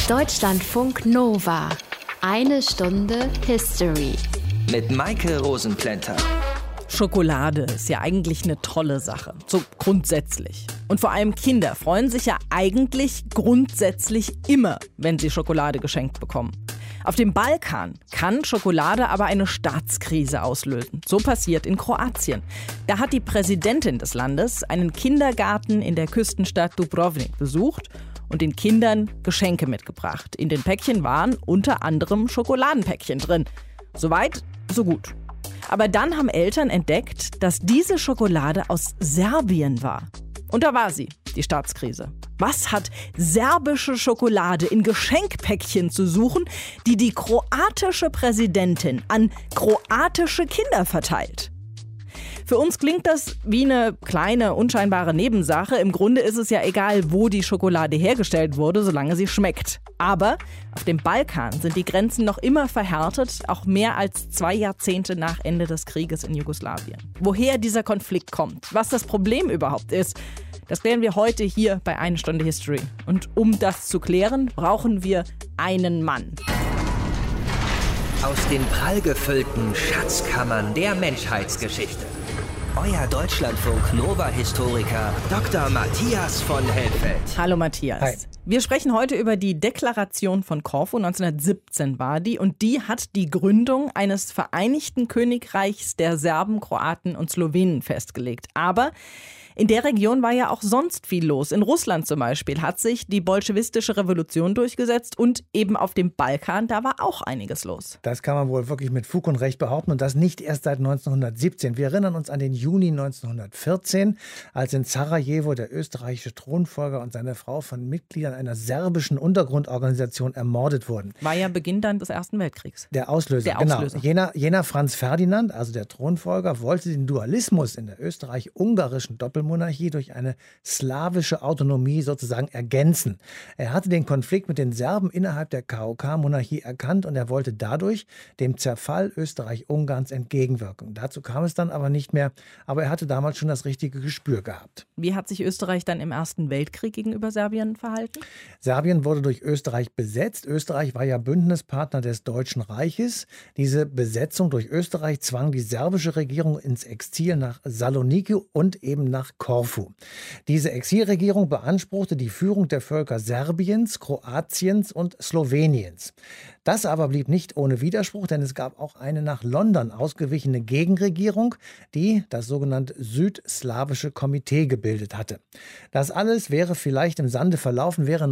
Deutschlandfunk Nova. Eine Stunde History. Mit Maike Rosenplanter. Schokolade ist ja eigentlich eine tolle Sache, so grundsätzlich. Und vor allem Kinder freuen sich ja eigentlich grundsätzlich immer, wenn sie Schokolade geschenkt bekommen. Auf dem Balkan kann Schokolade aber eine Staatskrise auslösen. So passiert in Kroatien. Da hat die Präsidentin des Landes einen Kindergarten in der Küstenstadt Dubrovnik besucht und den Kindern Geschenke mitgebracht. In den Päckchen waren unter anderem Schokoladenpäckchen drin. Soweit, so gut. Aber dann haben Eltern entdeckt, dass diese Schokolade aus Serbien war. Und da war sie, die Staatskrise. Was hat serbische Schokolade in Geschenkpäckchen zu suchen, die die kroatische Präsidentin an kroatische Kinder verteilt? Für uns klingt das wie eine kleine, unscheinbare Nebensache. Im Grunde ist es ja egal, wo die Schokolade hergestellt wurde, solange sie schmeckt. Aber auf dem Balkan sind die Grenzen noch immer verhärtet, auch mehr als 2 Jahrzehnte nach Ende des Krieges in Jugoslawien. Woher dieser Konflikt kommt, was das Problem überhaupt ist, das klären wir heute hier bei Eine Stunde History. Und um das zu klären, brauchen wir einen Mann. Aus den prallgefüllten Schatzkammern der Menschheitsgeschichte. Euer Deutschlandfunk Nova-Historiker Dr. Matthias von Helfeld. Hallo Matthias. Hi. Wir sprechen heute über die Deklaration von Korfu, 1917 war die. Und die hat die Gründung eines Vereinigten Königreichs der Serben, Kroaten und Slowenen festgelegt. Aber in der Region war ja auch sonst viel los. In Russland zum Beispiel hat sich die bolschewistische Revolution durchgesetzt und eben auf dem Balkan, da war auch einiges los. Das kann man wohl wirklich mit Fug und Recht behaupten und das nicht erst seit 1917. Wir erinnern uns an den Juni 1914, als in Sarajevo der österreichische Thronfolger und seine Frau von Mitgliedern einer serbischen Untergrundorganisation ermordet wurden. War ja Beginn dann des Ersten Weltkriegs. Der Auslöser. Genau. Jener Franz Ferdinand, also der Thronfolger, wollte den Dualismus in der österreich-ungarischen Doppelmonarchie durch eine slawische Autonomie sozusagen ergänzen. Er hatte den Konflikt mit den Serben innerhalb der KOK-Monarchie erkannt und er wollte dadurch dem Zerfall Österreich-Ungarns entgegenwirken. Dazu kam es dann aber nicht mehr, aber er hatte damals schon das richtige Gespür gehabt. Wie hat sich Österreich dann im Ersten Weltkrieg gegenüber Serbien verhalten? Serbien wurde durch Österreich besetzt. Österreich war ja Bündnispartner des Deutschen Reiches. Diese Besetzung durch Österreich zwang die serbische Regierung ins Exil nach Saloniki und eben nach Korfu. Diese Exilregierung beanspruchte die Führung der Völker Serbiens, Kroatiens und Sloweniens. Das aber blieb nicht ohne Widerspruch, denn es gab auch eine nach London ausgewichene Gegenregierung, die das sogenannte Südslawische Komitee gebildet hatte. Das alles wäre vielleicht im Sande verlaufen, wäre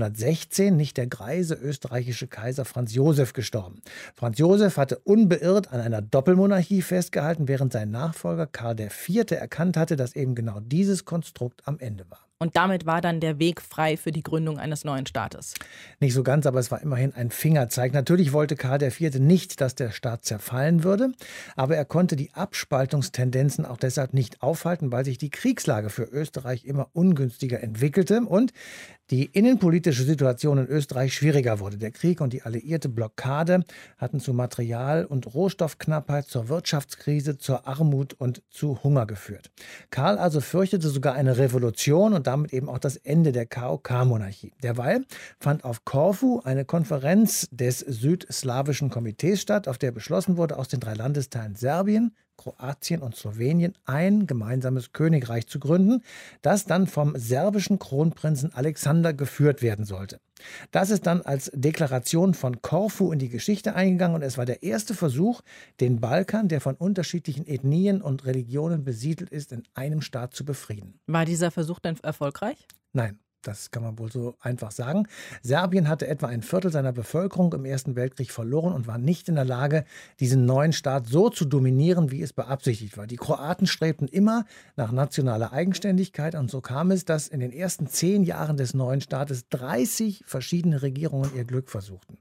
1916 nicht der greise österreichische Kaiser Franz Josef gestorben. Franz Josef hatte unbeirrt an einer Doppelmonarchie festgehalten, während sein Nachfolger Karl IV. Erkannt hatte, dass eben genau dieses Konstrukt am Ende war. Und damit war dann der Weg frei für die Gründung eines neuen Staates. Nicht so ganz, aber es war immerhin ein Fingerzeig. Natürlich wollte Karl IV. Nicht, dass der Staat zerfallen würde, aber er konnte die Abspaltungstendenzen auch deshalb nicht aufhalten, weil sich die Kriegslage für Österreich immer ungünstiger entwickelte und die innenpolitische Situation in Österreich schwieriger wurde. Der Krieg und die alliierte Blockade hatten zu Material- und Rohstoffknappheit, zur Wirtschaftskrise, zur Armut und zu Hunger geführt. Karl also fürchtete sogar eine Revolution und damit eben auch das Ende der KOK-Monarchie. Derweil fand auf Korfu eine Konferenz des Südslawischen Komitees statt, auf der beschlossen wurde, aus den 3 Landesteilen Serbien, Kroatien und Slowenien ein gemeinsames Königreich zu gründen, das dann vom serbischen Kronprinzen Alexander geführt werden sollte. Das ist dann als Deklaration von Korfu in die Geschichte eingegangen und es war der erste Versuch, den Balkan, der von unterschiedlichen Ethnien und Religionen besiedelt ist, in einem Staat zu befrieden. War dieser Versuch denn erfolgreich? Nein. Das kann man wohl so einfach sagen. Serbien hatte etwa 1/4 seiner Bevölkerung im Ersten Weltkrieg verloren und war nicht in der Lage, diesen neuen Staat so zu dominieren, wie es beabsichtigt war. Die Kroaten strebten immer nach nationaler Eigenständigkeit und so kam es, dass in den ersten 10 Jahren des neuen Staates 30 verschiedene Regierungen ihr Glück versuchten.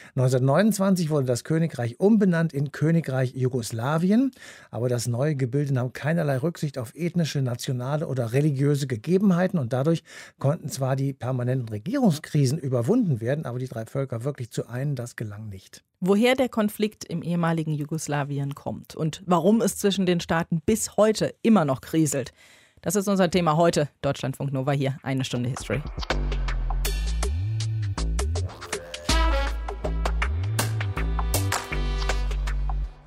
1929 wurde das Königreich umbenannt in Königreich Jugoslawien, aber das neue Gebilde nahm keinerlei Rücksicht auf ethnische, nationale oder religiöse Gegebenheiten und dadurch konnten zwar die permanenten Regierungskrisen überwunden werden, aber die 3 Völker wirklich zu einen, das gelang nicht. Woher der Konflikt im ehemaligen Jugoslawien kommt und warum es zwischen den Staaten bis heute immer noch kriselt, das ist unser Thema heute. Deutschlandfunk Nova hier, Eine Stunde History.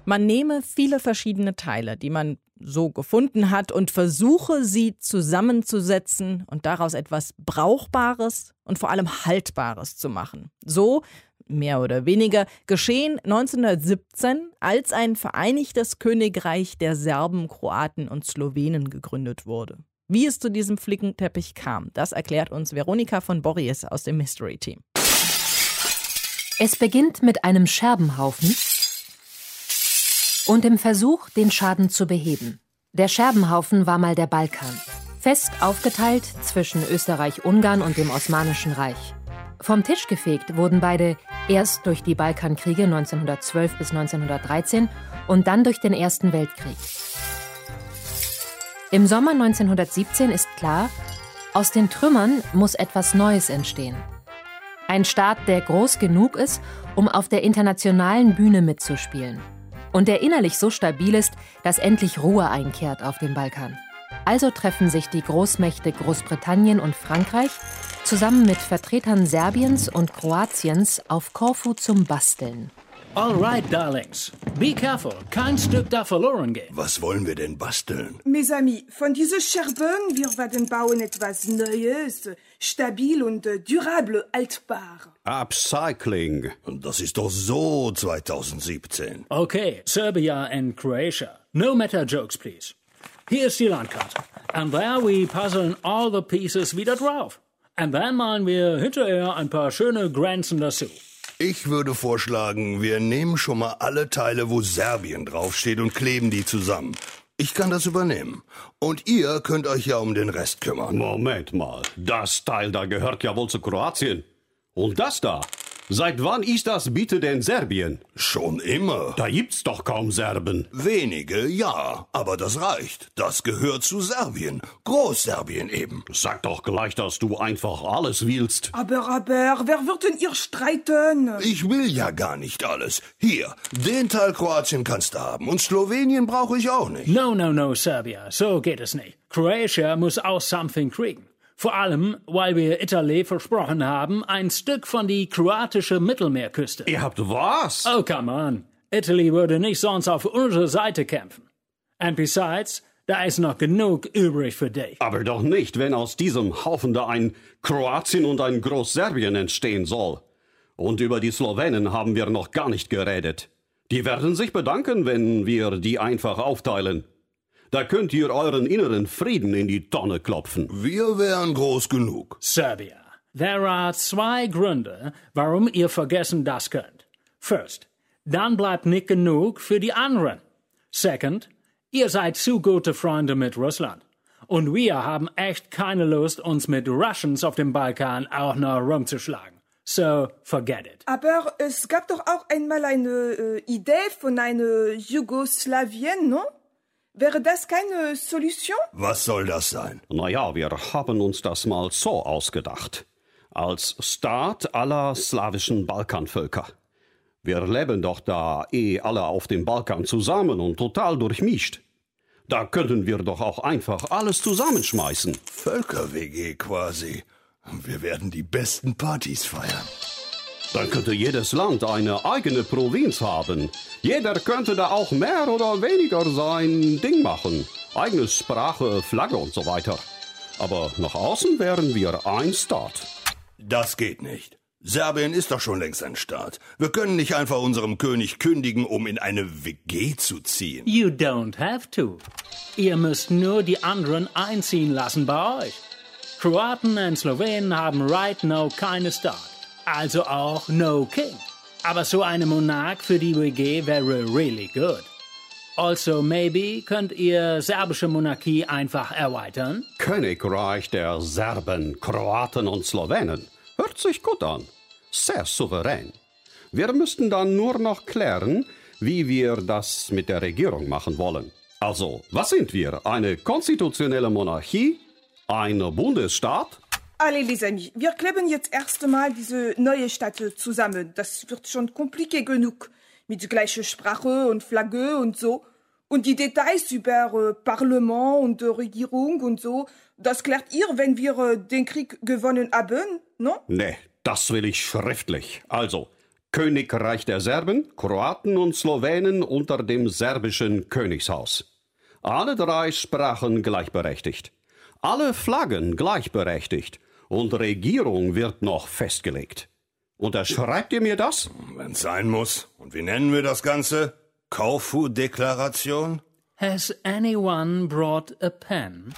Man nehme viele verschiedene Teile, die man so gefunden hat, und versuche, sie zusammenzusetzen und daraus etwas Brauchbares und vor allem Haltbares zu machen. So, mehr oder weniger, geschehen 1917, als ein Vereinigtes Königreich der Serben, Kroaten und Slowenen gegründet wurde. Wie es zu diesem Flickenteppich kam, das erklärt uns Veronika von Borries aus dem Mystery Team. Es beginnt mit einem Scherbenhaufen und dem Versuch, den Schaden zu beheben. Der Scherbenhaufen war mal der Balkan, fest aufgeteilt zwischen Österreich-Ungarn und dem Osmanischen Reich. Vom Tisch gefegt wurden beide erst durch die Balkankriege 1912 bis 1913 und dann durch den Ersten Weltkrieg. Im Sommer 1917 ist klar, aus den Trümmern muss etwas Neues entstehen. Ein Staat, der groß genug ist, um auf der internationalen Bühne mitzuspielen. Und der innerlich so stabil ist, dass endlich Ruhe einkehrt auf dem Balkan. Also treffen sich die Großmächte Großbritannien und Frankreich zusammen mit Vertretern Serbiens und Kroatiens auf Korfu zum Basteln. All right, darlings. Be careful. Kein Stück darf verloren gehen. Was wollen wir denn basteln? Mes amis, von diesen Scherben, wir werden bauen etwas Neues, stabil und durable, haltbar. Upcycling. Das ist doch so 2017. Okay, Serbia and Croatia. No meta jokes, please. Hier ist die Landkarte. And there we puzzeln all the pieces wieder drauf. And dann malen wir hinterher ein paar schöne Grenzen dazu. Ich würde vorschlagen, wir nehmen schon mal alle Teile, wo Serbien draufsteht, und kleben die zusammen. Ich kann das übernehmen. Und ihr könnt euch ja um den Rest kümmern. Moment mal, das Teil da gehört ja wohl zu Kroatien. Und das da? Seit wann ist das bitte denn Serbien? Schon immer. Da gibt's doch kaum Serben. Wenige, ja, aber das reicht. Das gehört zu Serbien. Großserbien eben. Sag doch gleich, dass du einfach alles willst. Aber, wer wird denn ihr streiten? Ich will ja gar nicht alles. Hier, den Teil Kroatien kannst du haben. Und Slowenien brauche ich auch nicht. No, Serbia. So geht es nicht. Croatia muss auch something kriegen. Vor allem, weil wir Italy versprochen haben, ein Stück von die kroatische Mittelmeerküste. Ihr habt was? Oh, come on. Italy würde nicht sonst auf unserer Seite kämpfen. And besides, da ist noch genug übrig für dich. Aber doch nicht, wenn aus diesem Haufen da ein Kroatien und ein Großserbien entstehen soll. Und über die Slowenen haben wir noch gar nicht geredet. Die werden sich bedanken, wenn wir die einfach aufteilen. Da könnt ihr euren inneren Frieden in die Tonne klopfen. Wir wären groß genug. Serbia. There are 2 Gründe, warum ihr vergessen das könnt. First, dann bleibt nicht genug für die anderen. Second, ihr seid zu gute Freunde mit Russland. Und wir haben echt keine Lust, uns mit Russians auf dem Balkan auch noch rumzuschlagen. So, forget it. Aber es gab doch auch einmal eine Idee von einer Jugoslawien, no? Wäre das keine Solution? Was soll das sein? Naja, wir haben uns das mal so ausgedacht. Als Staat aller slawischen Balkanvölker. Wir leben doch da alle auf dem Balkan zusammen und total durchmischt. Da könnten wir doch auch einfach alles zusammenschmeißen. Völker-WG quasi. Wir werden die besten Partys feiern. Dann könnte jedes Land eine eigene Provinz haben. Jeder könnte da auch mehr oder weniger sein Ding machen. Eigene Sprache, Flagge und so weiter. Aber nach außen wären wir ein Staat. Das geht nicht. Serbien ist doch schon längst ein Staat. Wir können nicht einfach unserem König kündigen, um in eine WG zu ziehen. You don't have to. Ihr müsst nur die anderen einziehen lassen bei euch. Kroaten und Slowenen haben right now keine Staat. Also auch no king. Aber so eine Monarch für die WG wäre really good. Also maybe könnt ihr serbische Monarchie einfach erweitern? Königreich der Serben, Kroaten und Slowenen. Hört sich gut an. Sehr souverän. Wir müssten dann nur noch klären, wie wir das mit der Regierung machen wollen. Also, was sind wir? Eine konstitutionelle Monarchie? Ein Bundesstaat? Allez, les amis, wir kleben jetzt erst einmal diese neue Stadt zusammen. Das wird schon kompliziert genug. Mit gleicher Sprache und Flagge und so. Und die Details über Parlament und Regierung und so, das klärt ihr, wenn wir den Krieg gewonnen haben, no? Nee, das will ich schriftlich. Also, Königreich der Serben, Kroaten und Slowenen unter dem serbischen Königshaus. Alle 3 Sprachen gleichberechtigt. Alle Flaggen gleichberechtigt. Und Regierung wird noch festgelegt. Unterschreibt ihr mir das? Wenn's sein muss. Und wie nennen wir das Ganze? Korfu-Deklaration? Has anyone brought a pen?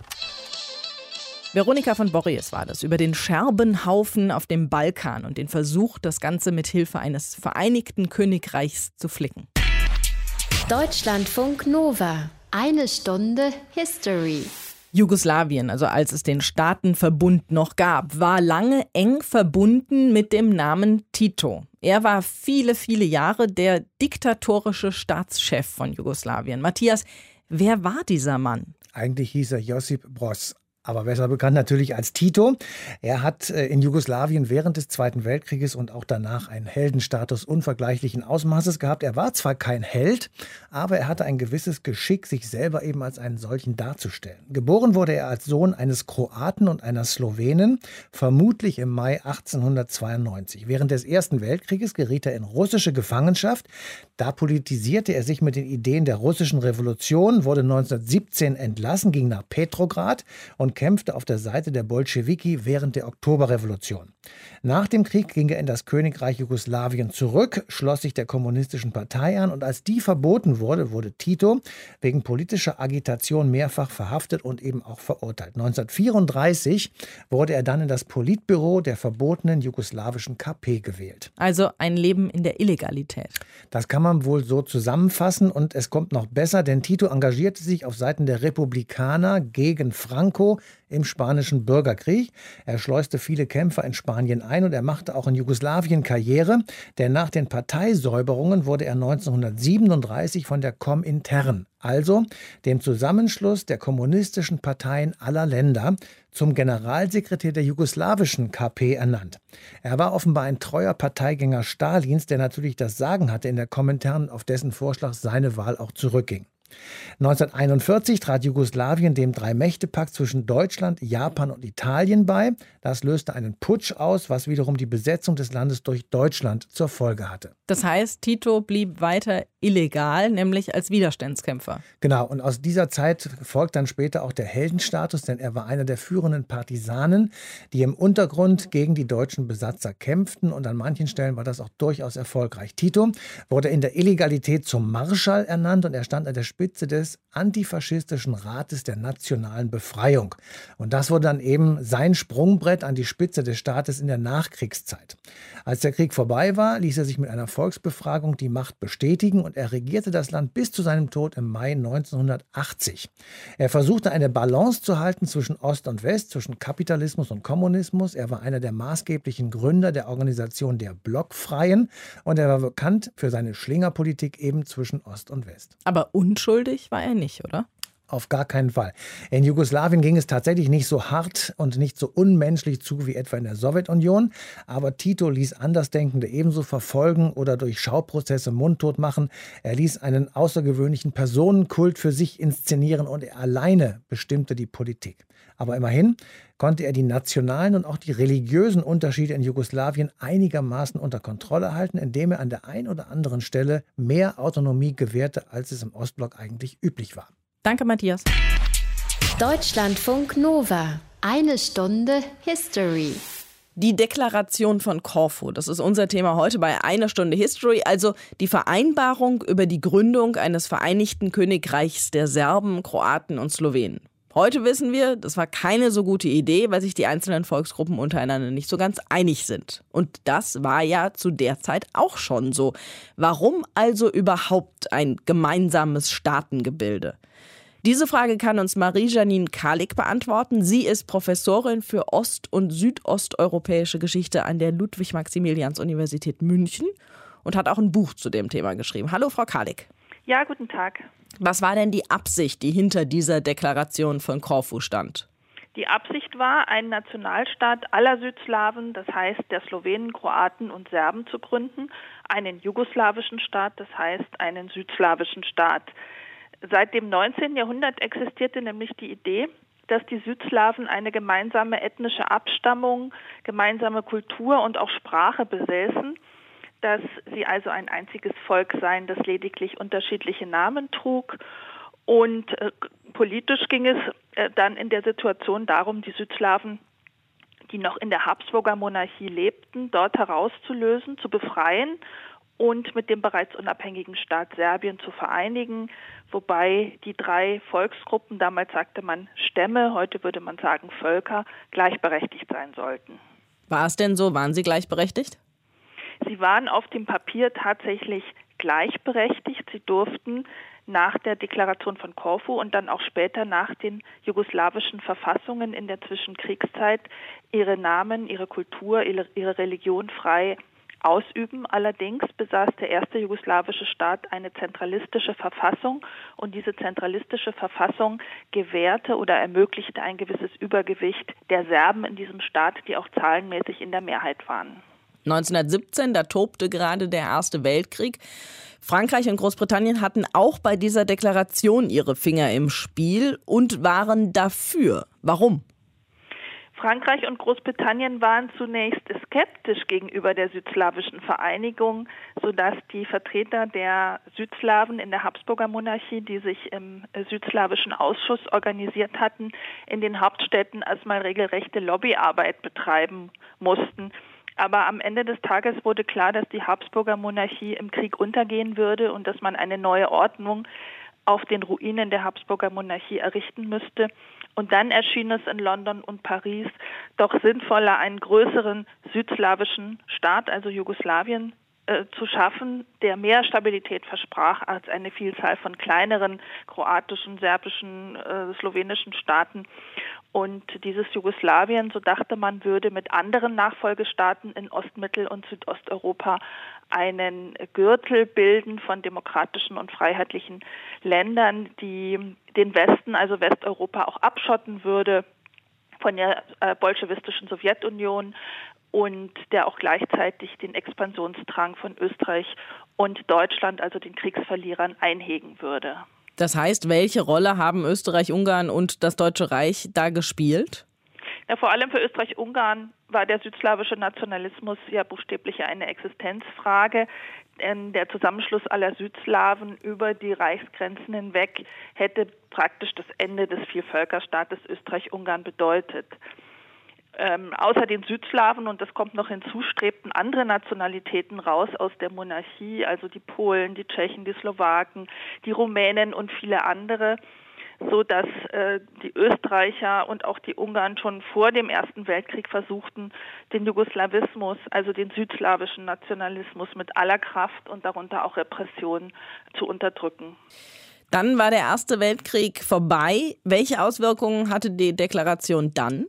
Veronika von Borries war das über den Scherbenhaufen auf dem Balkan und den Versuch, das Ganze mit Hilfe eines Vereinigten Königreichs zu flicken. Deutschlandfunk Nova. Eine Stunde History. Jugoslawien, also als es den Staatenverbund noch gab, war lange eng verbunden mit dem Namen Tito. Er war viele, viele Jahre der diktatorische Staatschef von Jugoslawien. Matthias, wer war dieser Mann? Eigentlich hieß er Josip Broz. Aber besser bekannt natürlich als Tito. Er hat in Jugoslawien während des Zweiten Weltkrieges und auch danach einen Heldenstatus unvergleichlichen Ausmaßes gehabt. Er war zwar kein Held, aber er hatte ein gewisses Geschick, sich selber eben als einen solchen darzustellen. Geboren wurde er als Sohn eines Kroaten und einer Slowenin, vermutlich im Mai 1892. Während des Ersten Weltkrieges geriet er in russische Gefangenschaft. Da politisierte er sich mit den Ideen der russischen Revolution, wurde 1917 entlassen, ging nach Petrograd und kämpfte auf der Seite der Bolschewiki während der Oktoberrevolution. Nach dem Krieg ging er in das Königreich Jugoslawien zurück, schloss sich der kommunistischen Partei an und als die verboten wurde, wurde Tito wegen politischer Agitation mehrfach verhaftet und eben auch verurteilt. 1934 wurde er dann in das Politbüro der verbotenen jugoslawischen KP gewählt. Also ein Leben in der Illegalität. Das kann man wohl so zusammenfassen und es kommt noch besser, denn Tito engagierte sich auf Seiten der Republikaner gegen Franco im Spanischen Bürgerkrieg. Er schleuste viele Kämpfer in Spanien ein und er machte auch in Jugoslawien Karriere, denn nach den Parteisäuberungen wurde er 1937 von der Komintern, also dem Zusammenschluss der kommunistischen Parteien aller Länder, zum Generalsekretär der jugoslawischen KP ernannt. Er war offenbar ein treuer Parteigänger Stalins, der natürlich das Sagen hatte in der Komintern, auf dessen Vorschlag seine Wahl auch zurückging. 1941 trat Jugoslawien dem Drei-Mächte-Pakt zwischen Deutschland, Japan und Italien bei. Das löste einen Putsch aus, was wiederum die Besetzung des Landes durch Deutschland zur Folge hatte. Das heißt, Tito blieb weiter illegal, nämlich als Widerstandskämpfer. Genau, und aus dieser Zeit folgt dann später auch der Heldenstatus, denn er war einer der führenden Partisanen, die im Untergrund gegen die deutschen Besatzer kämpften und an manchen Stellen war das auch durchaus erfolgreich. Tito wurde in der Illegalität zum Marschall ernannt und er stand an der Spitze des antifaschistischen Rates der nationalen Befreiung. Und das wurde dann eben sein Sprungbrett an die Spitze des Staates in der Nachkriegszeit. Als der Krieg vorbei war, ließ er sich mit einer Volksbefragung die Macht bestätigen und er regierte das Land bis zu seinem Tod im Mai 1980. Er versuchte eine Balance zu halten zwischen Ost und West, zwischen Kapitalismus und Kommunismus. Er war einer der maßgeblichen Gründer der Organisation der Blockfreien und er war bekannt für seine Schlingerpolitik eben zwischen Ost und West. Aber unschuldig war er nicht, oder? Auf gar keinen Fall. In Jugoslawien ging es tatsächlich nicht so hart und nicht so unmenschlich zu wie etwa in der Sowjetunion. Aber Tito ließ Andersdenkende ebenso verfolgen oder durch Schauprozesse mundtot machen. Er ließ einen außergewöhnlichen Personenkult für sich inszenieren und er alleine bestimmte die Politik. Aber immerhin konnte er die nationalen und auch die religiösen Unterschiede in Jugoslawien einigermaßen unter Kontrolle halten, indem er an der einen oder anderen Stelle mehr Autonomie gewährte, als es im Ostblock eigentlich üblich war. Danke, Matthias. Deutschlandfunk Nova. Eine Stunde History. Die Deklaration von Korfu, das ist unser Thema heute bei Eine Stunde History, also die Vereinbarung über die Gründung eines Vereinigten Königreichs der Serben, Kroaten und Slowenen. Heute wissen wir, das war keine so gute Idee, weil sich die einzelnen Volksgruppen untereinander nicht so ganz einig sind. Und das war ja zu der Zeit auch schon so. Warum also überhaupt ein gemeinsames Staatengebilde? Diese Frage kann uns Marie-Janine Kalik beantworten. Sie ist Professorin für ost- und südosteuropäische Geschichte an der Ludwig-Maximilians-Universität München und hat auch ein Buch zu dem Thema geschrieben. Hallo, Frau Kalik. Ja, guten Tag. Was war denn die Absicht, die hinter dieser Deklaration von Korfu stand? Die Absicht war, einen Nationalstaat aller Südslawen, das heißt der Slowenen, Kroaten und Serben zu gründen, einen jugoslawischen Staat, das heißt einen südslawischen Staat. Seit dem 19. Jahrhundert existierte nämlich die Idee, dass die Südslawen eine gemeinsame ethnische Abstammung, gemeinsame Kultur und auch Sprache besäßen. dass sie also ein einziges Volk seien, das lediglich unterschiedliche Namen trug. Und politisch ging es dann in der Situation darum, die Südslawen, die noch in der Habsburger Monarchie lebten, dort herauszulösen, zu befreien und mit dem bereits unabhängigen Staat Serbien zu vereinigen, wobei die 3 Volksgruppen, damals sagte man Stämme, heute würde man sagen Völker, gleichberechtigt sein sollten. War es denn so? Waren sie gleichberechtigt? Sie waren auf dem Papier tatsächlich gleichberechtigt. Sie durften nach der Deklaration von Korfu und dann auch später nach den jugoslawischen Verfassungen in der Zwischenkriegszeit ihre Namen, ihre Kultur, ihre Religion frei ausüben. Allerdings besaß der erste jugoslawische Staat eine zentralistische Verfassung und diese zentralistische Verfassung gewährte oder ermöglichte ein gewisses Übergewicht der Serben in diesem Staat, die auch zahlenmäßig in der Mehrheit waren. 1917, da tobte gerade der Erste Weltkrieg. Frankreich und Großbritannien hatten auch bei dieser Deklaration ihre Finger im Spiel und waren dafür. Warum? Frankreich und Großbritannien waren zunächst skeptisch gegenüber der südslawischen Vereinigung, sodass die Vertreter der Südslawen in der Habsburger Monarchie, die sich im südslawischen Ausschuss organisiert hatten, in den Hauptstädten erstmal regelrechte Lobbyarbeit betreiben mussten. Aber am Ende des Tages wurde klar, dass die Habsburger Monarchie im Krieg untergehen würde und dass man eine neue Ordnung auf den Ruinen der Habsburger Monarchie errichten müsste. Und dann erschien es in London und Paris doch sinnvoller, einen größeren südslawischen Staat, also Jugoslawien, zu schaffen, der mehr Stabilität versprach als eine Vielzahl von kleineren kroatischen, serbischen, slowenischen Staaten. Und dieses Jugoslawien, so dachte man, würde mit anderen Nachfolgestaaten in Ost-, Mittel- und Südosteuropa einen Gürtel bilden von demokratischen und freiheitlichen Ländern, die den Westen, also Westeuropa, auch abschotten würde von der bolschewistischen Sowjetunion und der auch gleichzeitig den Expansionsdrang von Österreich und Deutschland, also den Kriegsverlierern, einhegen würde. Das heißt, welche Rolle haben Österreich, Ungarn und das Deutsche Reich da gespielt? Ja, vor allem für Österreich-Ungarn war der südslawische Nationalismus ja buchstäblich eine Existenzfrage. Denn der Zusammenschluss aller Südslawen über die Reichsgrenzen hinweg hätte praktisch das Ende des Vielvölkerstaates Österreich-Ungarn bedeutet. Außer den Südslawen, und das kommt noch hinzu, strebten andere Nationalitäten raus aus der Monarchie, also die Polen, die Tschechen, die Slowaken, die Rumänen und viele andere, so dass die Österreicher und auch die Ungarn schon vor dem Ersten Weltkrieg versuchten, den Jugoslawismus, also den südslawischen Nationalismus mit aller Kraft und darunter auch Repression zu unterdrücken. Dann war der Erste Weltkrieg vorbei. Welche Auswirkungen hatte die Deklaration dann?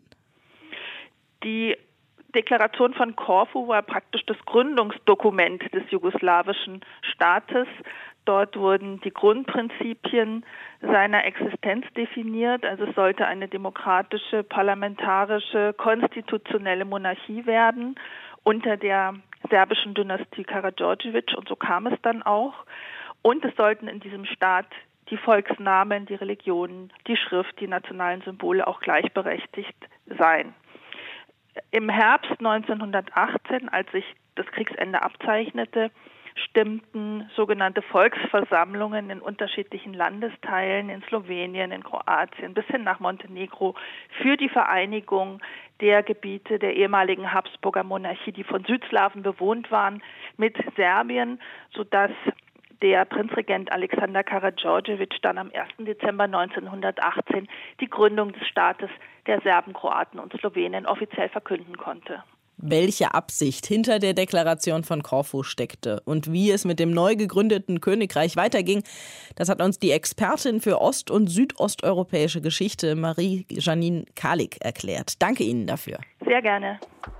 Die Deklaration von Korfu war praktisch das Gründungsdokument des jugoslawischen Staates. Dort wurden die Grundprinzipien seiner Existenz definiert. Also es sollte eine demokratische, parlamentarische, konstitutionelle Monarchie werden unter der serbischen Dynastie Karađorđević, und so kam es dann auch. Und es sollten in diesem Staat die Volksnamen, die Religionen, die Schrift, die nationalen Symbole auch gleichberechtigt sein. Im Herbst 1918, als sich das Kriegsende abzeichnete, stimmten sogenannte Volksversammlungen in unterschiedlichen Landesteilen, in Slowenien, in Kroatien bis hin nach Montenegro, für die Vereinigung der Gebiete der ehemaligen Habsburger Monarchie, die von Südslawen bewohnt waren, mit Serbien, sodass der Prinzregent Alexander Karađorđević dann am 1. Dezember 1918 die Gründung des Staates der Serben, Kroaten und Slowenen offiziell verkünden konnte. Welche Absicht hinter der Deklaration von Korfu steckte und wie es mit dem neu gegründeten Königreich weiterging, das hat uns die Expertin für ost- und südosteuropäische Geschichte Marie-Janine Kalik erklärt. Danke Ihnen dafür. Sehr gerne.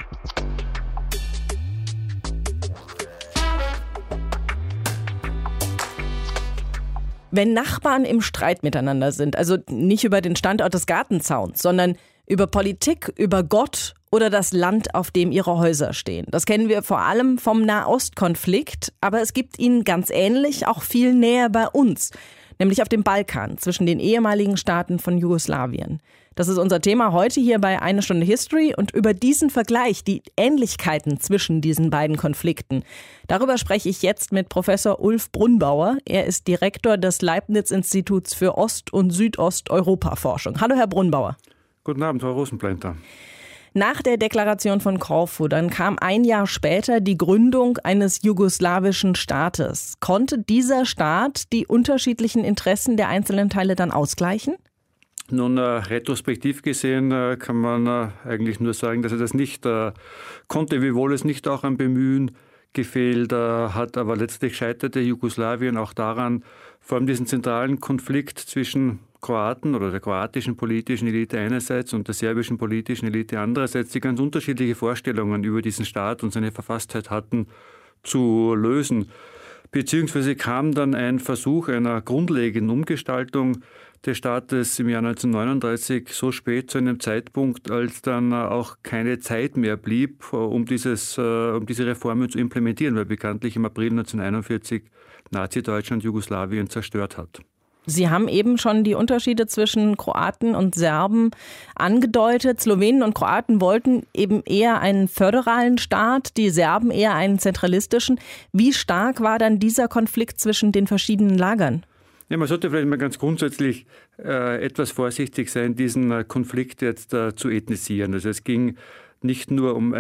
Wenn Nachbarn im Streit miteinander sind, also nicht über den Standort des Gartenzauns, sondern über Politik, über Gott oder das Land, auf dem ihre Häuser stehen. Das kennen wir vor allem vom Nahostkonflikt, aber es gibt ihn ganz ähnlich auch viel näher bei uns, nämlich auf dem Balkan zwischen den ehemaligen Staaten von Jugoslawien. Das ist unser Thema heute hier bei Eine Stunde History und über diesen Vergleich, die Ähnlichkeiten zwischen diesen beiden Konflikten. Darüber spreche ich jetzt mit Professor Ulf Brunbauer. Er ist Direktor des Leibniz-Instituts für Ost- und Südosteuropa-Forschung. Hallo, Herr Brunbauer. Guten Abend, Frau Rosenplanter. Nach der Deklaration von Korfu, dann kam ein Jahr später die Gründung eines jugoslawischen Staates. Konnte dieser Staat die unterschiedlichen Interessen der einzelnen Teile dann ausgleichen? Nun, retrospektiv gesehen kann man eigentlich nur sagen, dass er das nicht konnte, wiewohl es nicht auch an Bemühen gefehlt hat. Aber letztlich scheiterte Jugoslawien auch daran, vor allem diesen zentralen Konflikt zwischen Kroaten oder der kroatischen politischen Elite einerseits und der serbischen politischen Elite andererseits, die ganz unterschiedliche Vorstellungen über diesen Staat und seine Verfasstheit hatten, zu lösen. Beziehungsweise kam dann ein Versuch einer grundlegenden Umgestaltung des Staates im Jahr 1939 so spät zu einem Zeitpunkt, als dann auch keine Zeit mehr blieb, um diese Reformen zu implementieren, weil bekanntlich im April 1941 Nazi-Deutschland Jugoslawien zerstört hat. Sie haben eben schon die Unterschiede zwischen Kroaten und Serben angedeutet. Slowenen und Kroaten wollten eben eher einen föderalen Staat, die Serben eher einen zentralistischen. Wie stark war dann dieser Konflikt zwischen den verschiedenen Lagern? Ja, man sollte vielleicht mal ganz grundsätzlich etwas vorsichtig sein, diesen Konflikt jetzt zu ethnisieren. Also es ging nicht nur um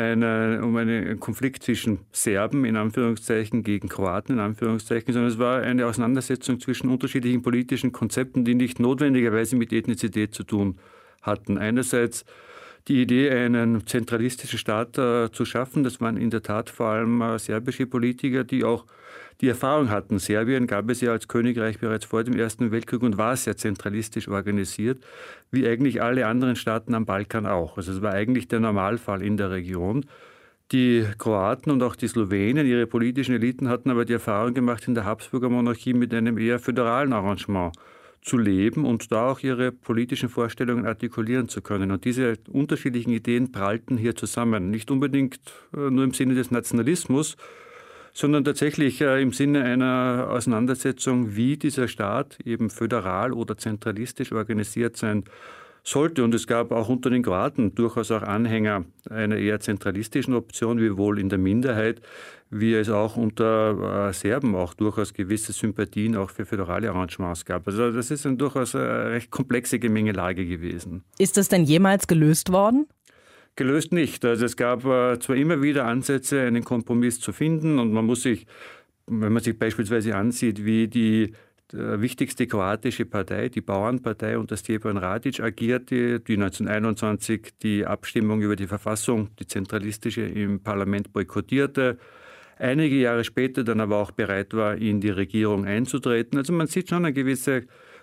einen Konflikt zwischen Serben in Anführungszeichen gegen Kroaten in Anführungszeichen, sondern es war eine Auseinandersetzung zwischen unterschiedlichen politischen Konzepten, die nicht notwendigerweise mit Ethnizität zu tun hatten. Einerseits die Idee, einen zentralistischen Staat zu schaffen, das waren in der Tat vor allem serbische Politiker, die auch die Erfahrung hatten. Serbien gab es ja als Königreich bereits vor dem Ersten Weltkrieg und war sehr zentralistisch organisiert, wie eigentlich alle anderen Staaten am Balkan auch. Also es war eigentlich der Normalfall in der Region. Die Kroaten und auch die Slowenen, ihre politischen Eliten, hatten aber die Erfahrung gemacht, in der Habsburger Monarchie mit einem eher föderalen Arrangement zu leben und da auch ihre politischen Vorstellungen artikulieren zu können. Und diese unterschiedlichen Ideen prallten hier zusammen. Nicht unbedingt nur im Sinne des Nationalismus, sondern tatsächlich im Sinne einer Auseinandersetzung, wie dieser Staat eben föderal oder zentralistisch organisiert sein sollte. Und es gab auch unter den Kroaten durchaus auch Anhänger einer eher zentralistischen Option, wiewohl in der Minderheit, wie es auch unter Serben auch durchaus gewisse Sympathien auch für föderale Arrangements gab. Also das ist eine durchaus recht komplexe Gemengelage gewesen. Ist das denn jemals gelöst worden? Gelöst nicht. Also es gab zwar immer wieder Ansätze, einen Kompromiss zu finden und man muss sich, wenn man sich beispielsweise ansieht, wie die wichtigste kroatische Partei, die Bauernpartei unter Stjepan Radić agierte, die 1921 die Abstimmung über die Verfassung, die zentralistische, im Parlament boykottierte, einige Jahre später dann aber auch bereit war, in die Regierung einzutreten. Also man sieht schon eine gewisse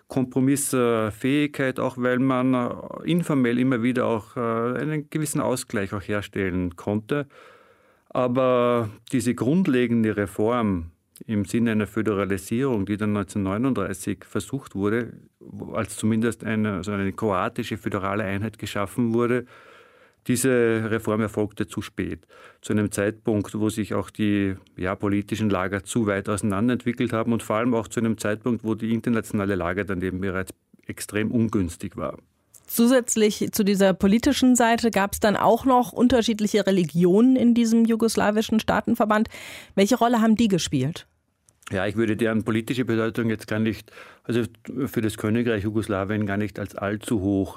Kompromissfähigkeit, auch weil man informell immer wieder auch einen gewissen Ausgleich auch herstellen konnte. Aber diese grundlegende Reform im Sinne einer Föderalisierung, die dann 1939 versucht wurde, als zumindest eine kroatische föderale Einheit geschaffen wurde, diese Reform erfolgte zu spät. Zu einem Zeitpunkt, wo sich auch die politischen Lager zu weit auseinanderentwickelt haben und vor allem auch zu einem Zeitpunkt, wo die internationale Lage dann eben bereits extrem ungünstig war. Zusätzlich zu dieser politischen Seite gab es dann auch noch unterschiedliche Religionen in diesem jugoslawischen Staatenverband. Welche Rolle haben die gespielt? Ja, ich würde deren politische Bedeutung jetzt gar nicht, also für das Königreich Jugoslawien gar nicht als allzu hoch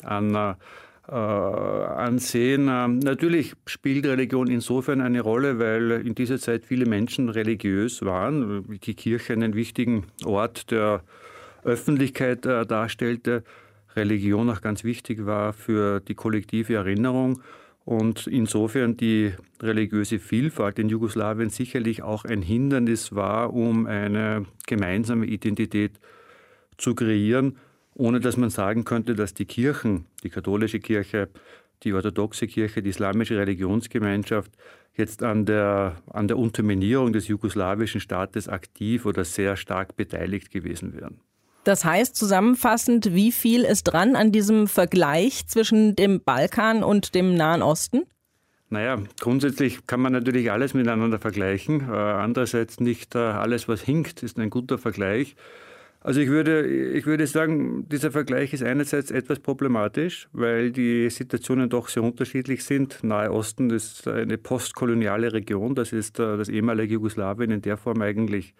ansehen. Natürlich spielt Religion insofern eine Rolle, weil in dieser Zeit viele Menschen religiös waren, die Kirche einen wichtigen Ort der Öffentlichkeit darstellte, Religion auch ganz wichtig war für die kollektive Erinnerung und insofern die religiöse Vielfalt in Jugoslawien sicherlich auch ein Hindernis war, um eine gemeinsame Identität zu kreieren, ohne dass man sagen könnte, dass die Kirchen, die katholische Kirche, die orthodoxe Kirche, die islamische Religionsgemeinschaft jetzt an der Unterminierung des jugoslawischen Staates aktiv oder sehr stark beteiligt gewesen wären. Das heißt zusammenfassend, wie viel ist dran an diesem Vergleich zwischen dem Balkan und dem Nahen Osten? Naja, grundsätzlich kann man natürlich alles miteinander vergleichen. Andererseits nicht alles, was hinkt, ist ein guter Vergleich. Also ich würde sagen, dieser Vergleich ist einerseits etwas problematisch, weil die Situationen doch sehr unterschiedlich sind. Nahe Osten ist eine postkoloniale Region, das ist das ehemalige Jugoslawien in der Form eigentlich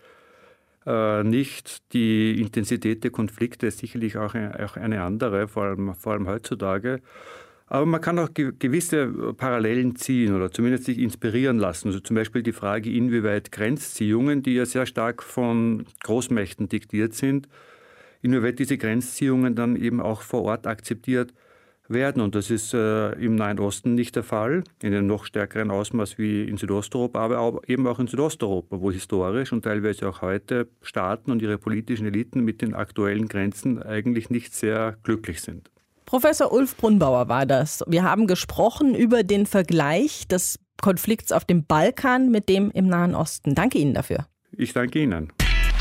nicht. Die Intensität der Konflikte ist sicherlich auch eine andere, vor allem heutzutage. Aber man kann auch gewisse Parallelen ziehen oder zumindest sich inspirieren lassen. Also zum Beispiel die Frage, inwieweit Grenzziehungen, die ja sehr stark von Großmächten diktiert sind, inwieweit diese Grenzziehungen dann eben auch vor Ort akzeptiert werden. Und das ist im Nahen Osten nicht der Fall, in einem noch stärkeren Ausmaß wie in Südosteuropa, aber eben auch in Südosteuropa, wo historisch und teilweise auch heute Staaten und ihre politischen Eliten mit den aktuellen Grenzen eigentlich nicht sehr glücklich sind. Professor Ulf Brunbauer war das. Wir haben gesprochen über den Vergleich des Konflikts auf dem Balkan mit dem im Nahen Osten. Danke Ihnen dafür. Ich danke Ihnen.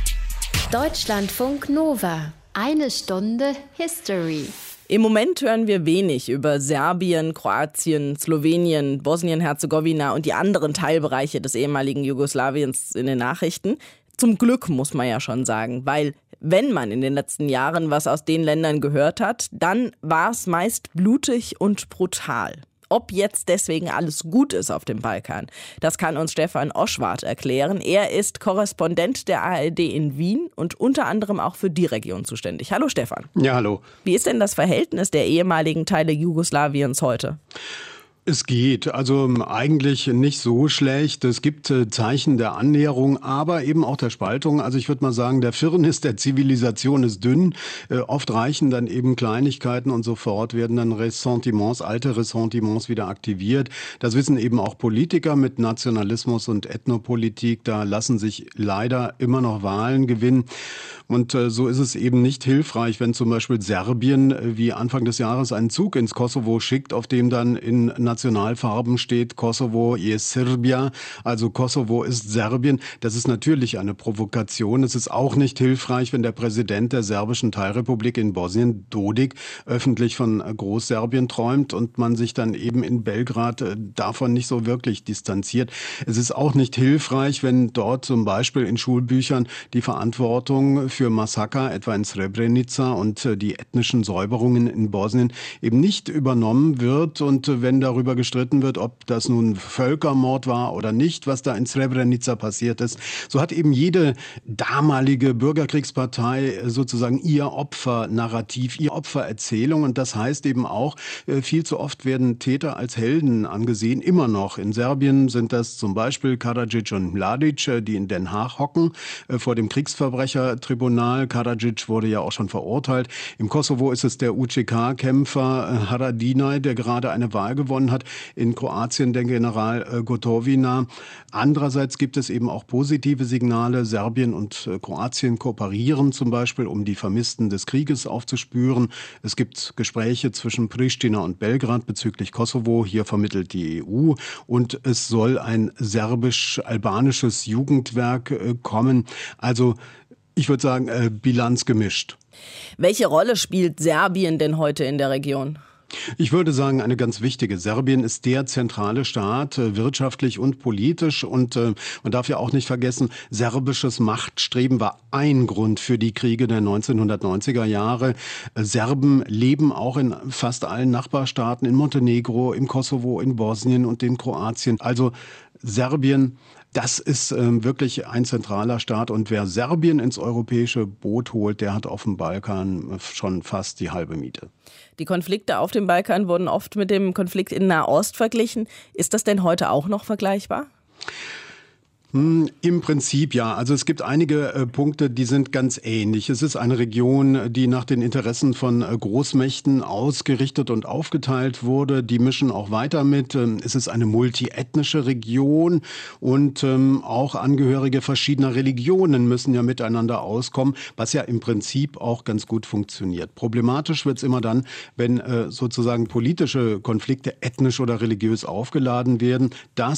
Deutschlandfunk Nova. 1 Stunde History. Im Moment hören wir wenig über Serbien, Kroatien, Slowenien, Bosnien-Herzegowina und die anderen Teilbereiche des ehemaligen Jugoslawiens in den Nachrichten. Zum Glück muss man ja schon sagen, weil wenn man in den letzten Jahren was aus den Ländern gehört hat, dann war es meist blutig und brutal. Ob jetzt deswegen alles gut ist auf dem Balkan, das kann uns Stefan Oschwart erklären. Er ist Korrespondent der ARD in Wien und unter anderem auch für die Region zuständig. Hallo Stefan. Ja, hallo. Wie ist denn das Verhältnis der ehemaligen Teile Jugoslawiens heute? Es geht, also eigentlich nicht so schlecht. Es gibt Zeichen der Annäherung, aber eben auch der Spaltung. Also ich würde mal sagen, der Firnis der Zivilisation ist dünn. Oft reichen dann eben Kleinigkeiten und sofort werden dann Ressentiments, alte Ressentiments wieder aktiviert. Das wissen eben auch Politiker mit Nationalismus und Ethnopolitik. Da lassen sich leider immer noch Wahlen gewinnen. Und so ist es eben nicht hilfreich, wenn zum Beispiel Serbien wie Anfang des Jahres einen Zug ins Kosovo schickt, auf dem dann in Nationalfarben steht Kosovo je Serbia, also Kosovo ist Serbien. Das ist natürlich eine Provokation. Es ist auch nicht hilfreich, wenn der Präsident der serbischen Teilrepublik in Bosnien, Dodik, öffentlich von Großserbien träumt und man sich dann eben in Belgrad davon nicht so wirklich distanziert. Es ist auch nicht hilfreich, wenn dort zum Beispiel in Schulbüchern die Verantwortung für Massaker, etwa in Srebrenica und die ethnischen Säuberungen in Bosnien eben nicht übernommen wird und wenn darüber gestritten wird, ob das nun Völkermord war oder nicht, was da in Srebrenica passiert ist. So hat eben jede damalige Bürgerkriegspartei sozusagen ihr Opfernarrativ, ihre Opfererzählung und das heißt eben auch, viel zu oft werden Täter als Helden angesehen, immer noch. In Serbien sind das zum Beispiel Karadzic und Mladic, die in Den Haag hocken, vor dem Kriegsverbrechertribunal. Karadzic wurde ja auch schon verurteilt. Im Kosovo ist es der UČK-Kämpfer Haradinaj, der gerade eine Wahl gewonnen hat. In Kroatien der General Gotovina. Andererseits gibt es eben auch positive Signale. Serbien und Kroatien kooperieren zum Beispiel, um die Vermissten des Krieges aufzuspüren. Es gibt Gespräche zwischen Pristina und Belgrad bezüglich Kosovo. Hier vermittelt die EU. Und es soll ein serbisch-albanisches Jugendwerk kommen. Also ich würde sagen, Bilanz gemischt. Welche Rolle spielt Serbien denn heute in der Region? Ich würde sagen, eine ganz wichtige. Serbien ist der zentrale Staat, wirtschaftlich und politisch. Und man darf ja auch nicht vergessen, serbisches Machtstreben war ein Grund für die Kriege der 1990er Jahre. Serben leben auch in fast allen Nachbarstaaten, in Montenegro, im Kosovo, in Bosnien und in Kroatien. Also Serbien, das ist wirklich ein zentraler Staat. Und wer Serbien ins europäische Boot holt, der hat auf dem Balkan schon fast die halbe Miete. Die Konflikte auf dem Balkan wurden oft mit dem Konflikt in Nahost verglichen. Ist das denn heute auch noch vergleichbar? Im Prinzip ja. Also es gibt einige Punkte, die sind ganz ähnlich. Es ist eine Region, die nach den Interessen von Großmächten ausgerichtet und aufgeteilt wurde. Die mischen auch weiter mit. Es ist eine multiethnische Region und auch Angehörige verschiedener Religionen müssen ja miteinander auskommen, was ja im Prinzip auch ganz gut funktioniert. Problematisch wird es immer dann, wenn sozusagen politische Konflikte ethnisch oder religiös aufgeladen werden. Das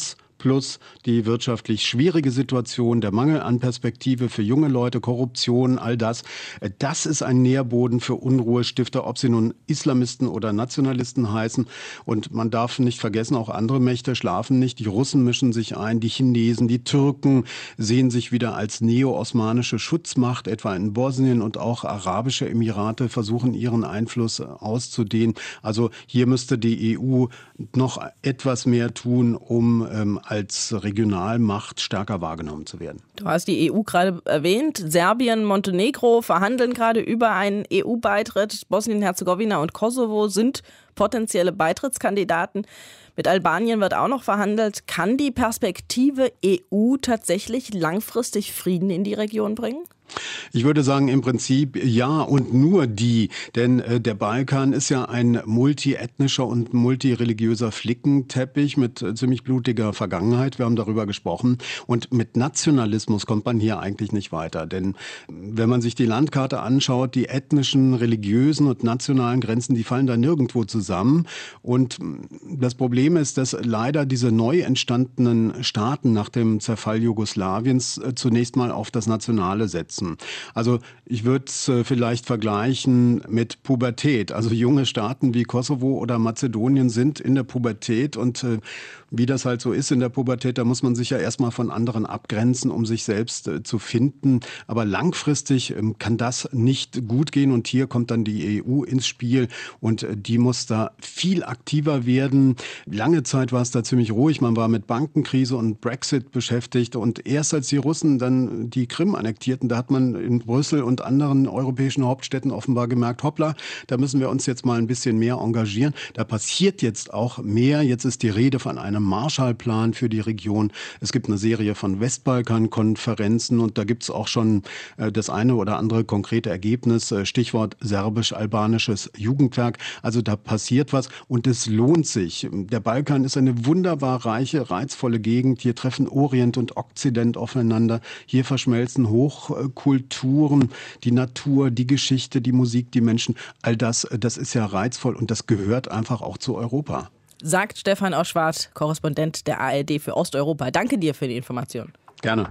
plus die wirtschaftlich schwierige Situation, der Mangel an Perspektive für junge Leute, Korruption, all das. Das ist ein Nährboden für Unruhestifter, ob sie nun Islamisten oder Nationalisten heißen. Und man darf nicht vergessen, auch andere Mächte schlafen nicht. Die Russen mischen sich ein, die Chinesen, die Türken sehen sich wieder als neo-osmanische Schutzmacht, etwa in Bosnien, und auch arabische Emirate versuchen ihren Einfluss auszudehnen. Also hier müsste die EU noch etwas mehr tun, um als Regionalmacht stärker wahrgenommen zu werden. Du hast die EU gerade erwähnt. Serbien, Montenegro verhandeln gerade über einen EU-Beitritt. Bosnien-Herzegowina und Kosovo sind potenzielle Beitrittskandidaten. Mit Albanien wird auch noch verhandelt. Kann die Perspektive EU tatsächlich langfristig Frieden in die Region bringen? Ich würde sagen, im Prinzip ja und nur die, denn der Balkan ist ja ein multiethnischer und multireligiöser Flickenteppich mit ziemlich blutiger Vergangenheit. Wir haben darüber gesprochen und mit Nationalismus kommt man hier eigentlich nicht weiter, denn wenn man sich die Landkarte anschaut, die ethnischen, religiösen und nationalen Grenzen, die fallen da nirgendwo zusammen und das Problem ist, dass leider diese neu entstandenen Staaten nach dem Zerfall Jugoslawiens zunächst mal auf das Nationale setzen. Also ich würde es vielleicht vergleichen mit Pubertät. Also junge Staaten wie Kosovo oder Mazedonien sind in der Pubertät und wie das halt so ist in der Pubertät, da muss man sich ja erstmal von anderen abgrenzen, um sich selbst zu finden. Aber langfristig kann das nicht gut gehen und hier kommt dann die EU ins Spiel und die muss da viel aktiver werden. Lange Zeit war es da ziemlich ruhig. Man war mit Bankenkrise und Brexit beschäftigt und erst als die Russen dann die Krim annektierten, da hat man in Brüssel und anderen europäischen Hauptstädten offenbar gemerkt, hoppla, da müssen wir uns jetzt mal ein bisschen mehr engagieren. Da passiert jetzt auch mehr. Jetzt ist die Rede von einem Marshallplan für die Region. Es gibt eine Serie von Westbalkan-Konferenzen und da gibt es auch schon das eine oder andere konkrete Ergebnis. Stichwort serbisch-albanisches Jugendwerk. Also da passiert was und es lohnt sich. Der Balkan ist eine wunderbar reiche, reizvolle Gegend. Hier treffen Orient und Okzident aufeinander. Hier verschmelzen Hochkulturen, die Natur, die Geschichte, die Musik, die Menschen. All das, das ist ja reizvoll und das gehört einfach auch zu Europa. Sagt Stefan Oschwart, Korrespondent der ARD für Osteuropa. Danke dir für die Information. Gerne.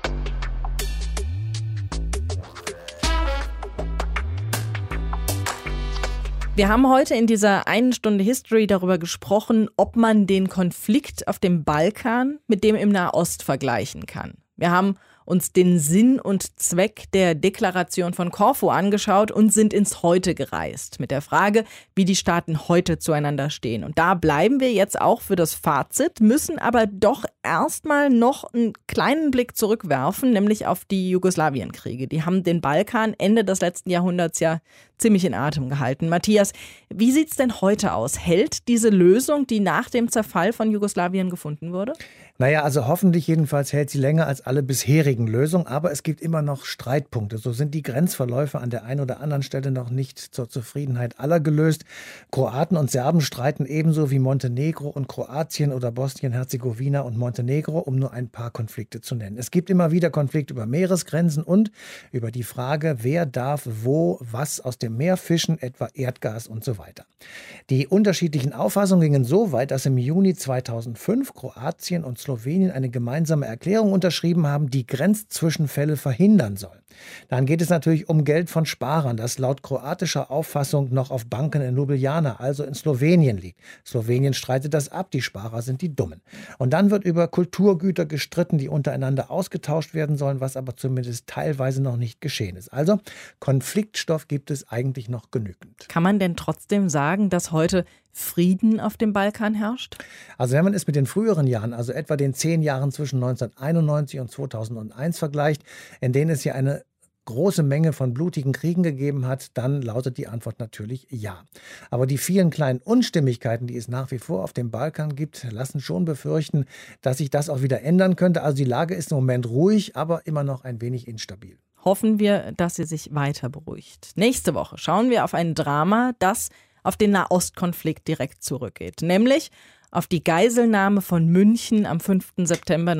Wir haben heute in dieser 1 Stunde History darüber gesprochen, ob man den Konflikt auf dem Balkan mit dem im Nahost vergleichen kann. Wir haben uns den Sinn und Zweck der Deklaration von Korfu angeschaut und sind ins Heute gereist mit der Frage, wie die Staaten heute zueinander stehen. Und da bleiben wir jetzt auch für das Fazit, müssen aber doch erstmal noch einen kleinen Blick zurückwerfen, nämlich auf die Jugoslawienkriege. Die haben den Balkan Ende des letzten Jahrhunderts ja ziemlich in Atem gehalten. Matthias, wie sieht's denn heute aus? Hält diese Lösung, die nach dem Zerfall von Jugoslawien gefunden wurde? Naja, also hoffentlich jedenfalls hält sie länger als alle bisherigen Lösungen, aber es gibt immer noch Streitpunkte. So sind die Grenzverläufe an der einen oder anderen Stelle noch nicht zur Zufriedenheit aller gelöst. Kroaten und Serben streiten ebenso wie Montenegro und Kroatien oder Bosnien-Herzegowina und Montenegro, um nur ein paar Konflikte zu nennen. Es gibt immer wieder Konflikte über Meeresgrenzen und über die Frage, wer darf wo was aus dem Meer fischen, etwa Erdgas und so weiter. Die unterschiedlichen Auffassungen gingen so weit, dass im Juni 2005 Kroatien und Slowenien eine gemeinsame Erklärung unterschrieben haben, die Grenzzwischenfälle verhindern soll. Dann geht es natürlich um Geld von Sparern, das laut kroatischer Auffassung noch auf Banken in Ljubljana, also in Slowenien liegt. Slowenien streitet das ab, die Sparer sind die Dummen. Und dann wird über Kulturgüter gestritten, die untereinander ausgetauscht werden sollen, was aber zumindest teilweise noch nicht geschehen ist. Also Konfliktstoff gibt es eigentlich noch genügend. Kann man denn trotzdem sagen, dass heute Frieden auf dem Balkan herrscht? Also wenn man es mit den früheren Jahren, also etwa den 10 Jahren zwischen 1991 und 2001 vergleicht, in denen es hier eine große Menge von blutigen Kriegen gegeben hat, dann lautet die Antwort natürlich ja. Aber die vielen kleinen Unstimmigkeiten, die es nach wie vor auf dem Balkan gibt, lassen schon befürchten, dass sich das auch wieder ändern könnte. Also die Lage ist im Moment ruhig, aber immer noch ein wenig instabil. Hoffen wir, dass sie sich weiter beruhigt. Nächste Woche schauen wir auf ein Drama, das auf den Nahostkonflikt direkt zurückgeht, nämlich auf die Geiselnahme von München am 5. September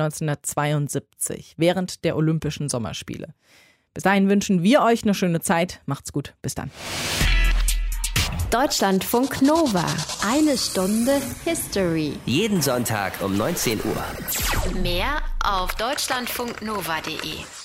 1972 während der Olympischen Sommerspiele. Bis dahin wünschen wir euch eine schöne Zeit. Macht's gut. Bis dann. Deutschlandfunk Nova. 1 Stunde History. Jeden Sonntag um 19 Uhr. Mehr auf deutschlandfunknova.de.